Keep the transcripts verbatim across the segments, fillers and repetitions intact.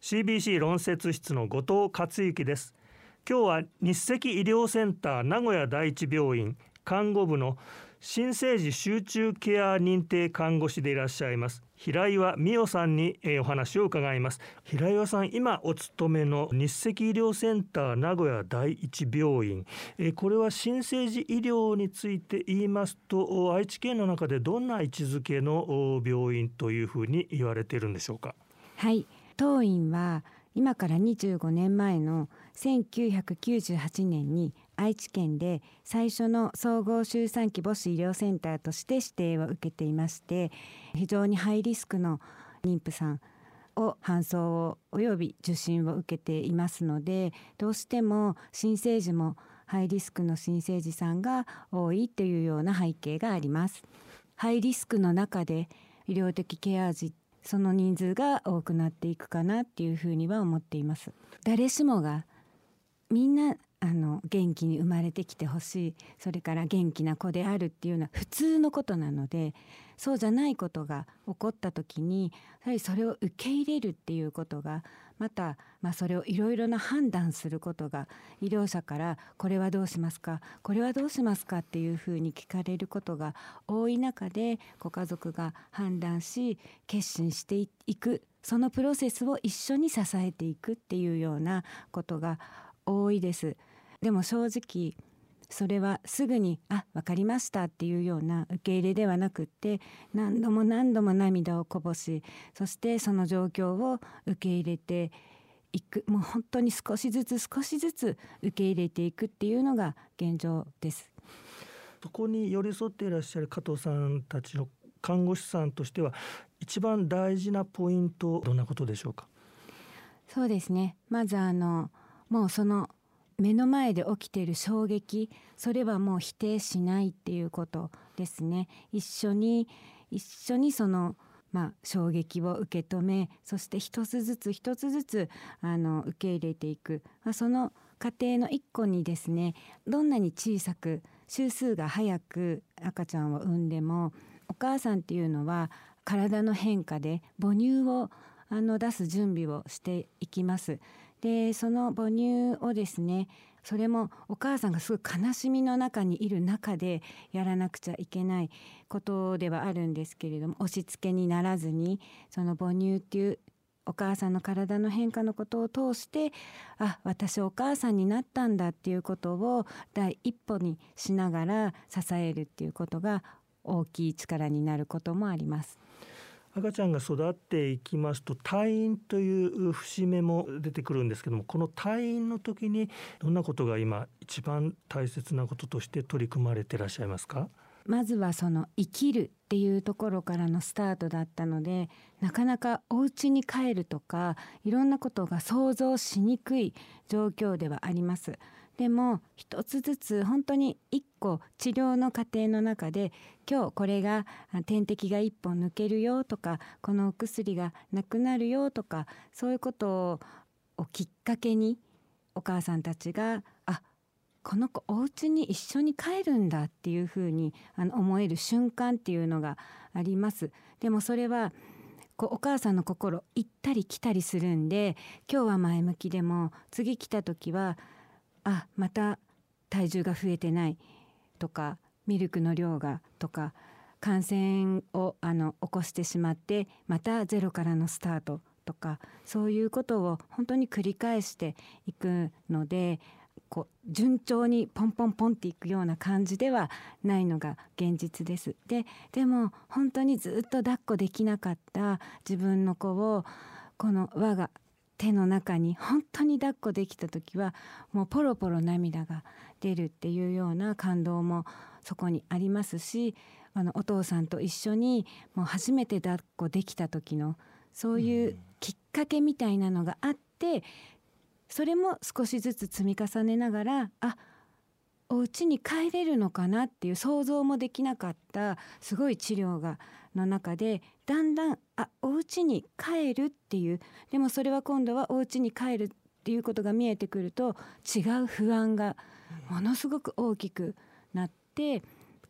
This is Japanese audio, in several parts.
シービーシー 論説室の後藤克之です。今日は日赤医療センター名古屋第一病院看護部の新生児集中ケア認定看護師でいらっしゃいます平岩美代さんにお話を伺います。平岩さん、今お勤めの日赤医療センター名古屋第一病院、これは新生児医療について言いますと、愛知県の中でどんな位置づけの病院というふうに言われているんでしょうか。 はい、当院は今からにじゅうごねんまえのせんきゅうひゃくきゅうじゅうはちねんに愛知県で最初の総合周産期母子医療センターとして指定を受けていまして、非常にハイリスクの妊婦さんを搬送をおよび受診を受けていますので、どうしても新生児もハイリスクの新生児さんが多いというような背景があります。ハイリスクの中で医療的ケア児、その人数が多くなっていくかなっていうふうには思っています。誰しもがみんなあの元気に生まれてきてほしい、それから元気な子であるっていうのは普通のことなので、そうじゃないことが起こった時にやはりそれを受け入れるっていうことが、また、まあ、それをいろいろな判断することが、医療者からこれはどうしますか、これはどうしますかっていうふうに聞かれることが多い中で、ご家族が判断し決心していく、そのプロセスを一緒に支えていくっていうようなことが多いです。でも正直それはすぐにあ、分かりましたっていうような受け入れではなくって、何度も何度も涙をこぼし、そしてその状況を受け入れていく、もう本当に少しずつ少しずつ受け入れていくっていうのが現状です。 そこに寄り添っていらっしゃる加藤さんたちの看護師さんとしては一番大事なポイント、どんなことでしょうか。 そうですね、まずあのもうその目の前で起きている衝撃、それはもう否定しないっていうことですね。一緒に一緒にその、まあ、衝撃を受け止め、そして一つずつ一つずつあの受け入れていく、まあ、その過程の一個にですね、どんなに小さく周数が早く赤ちゃんを産んでも、お母さんっていうのは体の変化で母乳をあの出す準備をしていきます。でその母乳をですね、それもお母さんがすごい悲しみの中にいる中でやらなくちゃいけないことではあるんですけれども、押し付けにならずに、その母乳っていうお母さんの体の変化のことを通して、あ、私お母さんになったんだっていうことを第一歩にしながら支えるっていうことが大きい力になることもあります。 赤ちゃんが育っていきますと、退院という節目も出てくるんですけども、この退院の時にどんなことが今一番大切なこととして取り組まれていらっしゃいますか。 まずはその生きるっていうところからのスタートだったので、なかなかお家に帰るとかいろんなことが想像しにくい状況ではあります。でも一つずつ本当に一個治療の過程の中で、今日これが点滴が一本抜けるよとか、このお薬がなくなるよとか、そういうことをきっかけにお母さんたちが、あ、この子お家に一緒に帰るんだっていうふうにあの思える瞬間っていうのがあります。でもそれはこうお母さんの心行ったり来たりするんで、今日は前向きでも次来た時は、あ、また体重が増えてないとか、ミルクの量がとか、感染をあの起こしてしまってまたゼロからのスタートとか、そういうことを本当に繰り返していくので、こう順調にポンポンポンっていくような感じではないのが現実です。で、でも本当にずっと抱っこできなかった自分の子をこの我が手の中に本当に抱っこできた時は、もうポロポロ涙が出るっていうような感動もそこにありますし、あのお父さんと一緒にもう初めて抱っこできた時のそういうきっかけみたいなのがあって、それも少しずつ積み重ねながら、あ、お家に帰れるのかなっていう想像もできなかったすごい治療がの中で、だんだんあ、お家に帰るっていう、でもそれは今度はお家に帰るっていうことが見えてくると、違う不安がものすごく大きくなって、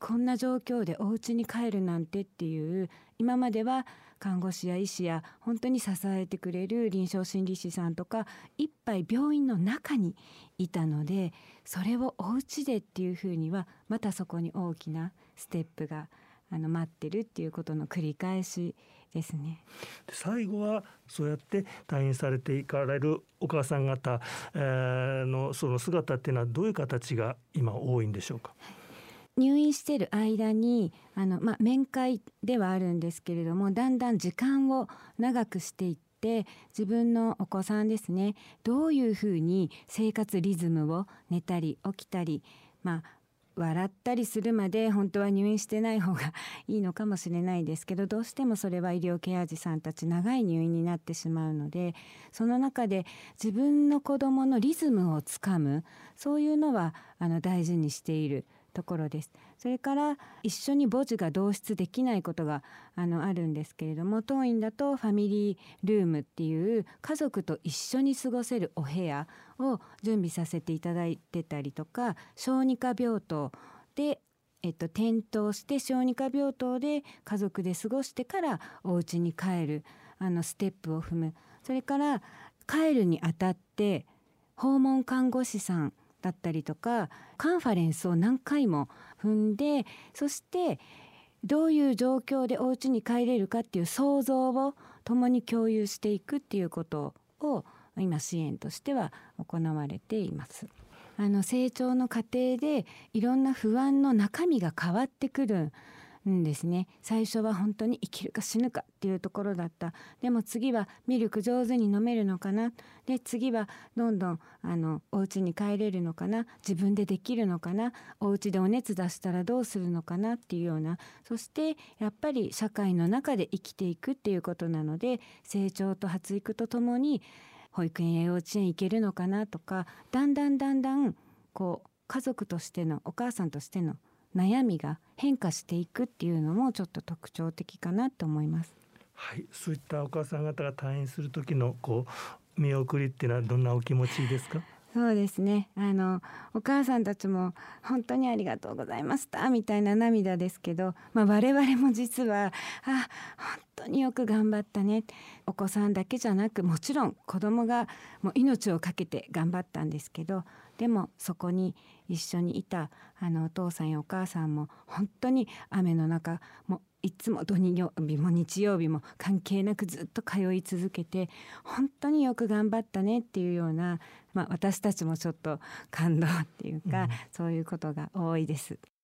こんな状況でお家に帰るなんてっていう、今までは看護師や医師や本当に支えてくれる臨床心理士さんとかいっぱい病院の中にいたので、それをお家でっていうふうにはまたそこに大きなステップがあの待ってるっていうことの繰り返しですね。 で最後はそうやって退院されていかれるお母さん方、えー、のその姿っていうのはどういう形が今多いんでしょうか。 入院している間にあの、まあ、面会ではあるんですけれども、だんだん時間を長くしていって、自分のお子さんですね、どういうふうに生活リズムを寝たり起きたり、まあ笑ったりするまで本当は入院してない方がいいのかもしれないですけど、どうしてもそれは医療ケア児さんたち長い入院になってしまうので、その中で自分の子どものリズムをつかむ、そういうのはあの大事にしているところです。それから一緒に母児が同室できないことがあのあるんですけれども、当院だとファミリールームっていう家族と一緒に過ごせるお部屋を準備させていただいてたりとか、小児科病棟でえっと、転倒して小児科病棟で家族で過ごしてからお家に帰るあのステップを踏む。それから帰るにあたって訪問看護師さんだったりとかカンファレンスを何回も踏んで、そしてどういう状況でお家に帰れるかっていう想像を共に共有していくっていうことを今支援としては行われています。あの成長の過程でいろんな不安の中身が変わってくるんですね。最初は本当に生きるか死ぬかっていうところだった。でも次はミルク上手に飲めるのかな。で次はどんどんあのお家に帰れるのかな。自分でできるのかな。お家でお熱出したらどうするのかなっていうような。そしてやっぱり社会の中で生きていくっていうことなので、成長と発育とともに保育園や幼稚園行けるのかなとか、だんだんだんだんこう家族としてのお母さんとしての悩みが変化していくっていうのもちょっと特徴的かなと思います。 はい、そういったお母さん方が退院する時のこう見送りっていうのはどんなお気持ちですか。 そうですね、あのお母さんたちも本当にありがとうございましたみたいな涙ですけど、まあ、我々も実はあ本当によく頑張ったね。お子さんだけじゃなく、もちろん子供がもう命を懸けて頑張ったんですけど、でもそこに一緒にいたあのお父さんやお母さんも本当に雨の中もういつも土曜日も日曜日も関係なくずっと通い続けて、本当によく頑張ったねっていうような、まあ、私たちもちょっと感動っていうか、うん、そういうことが多いです。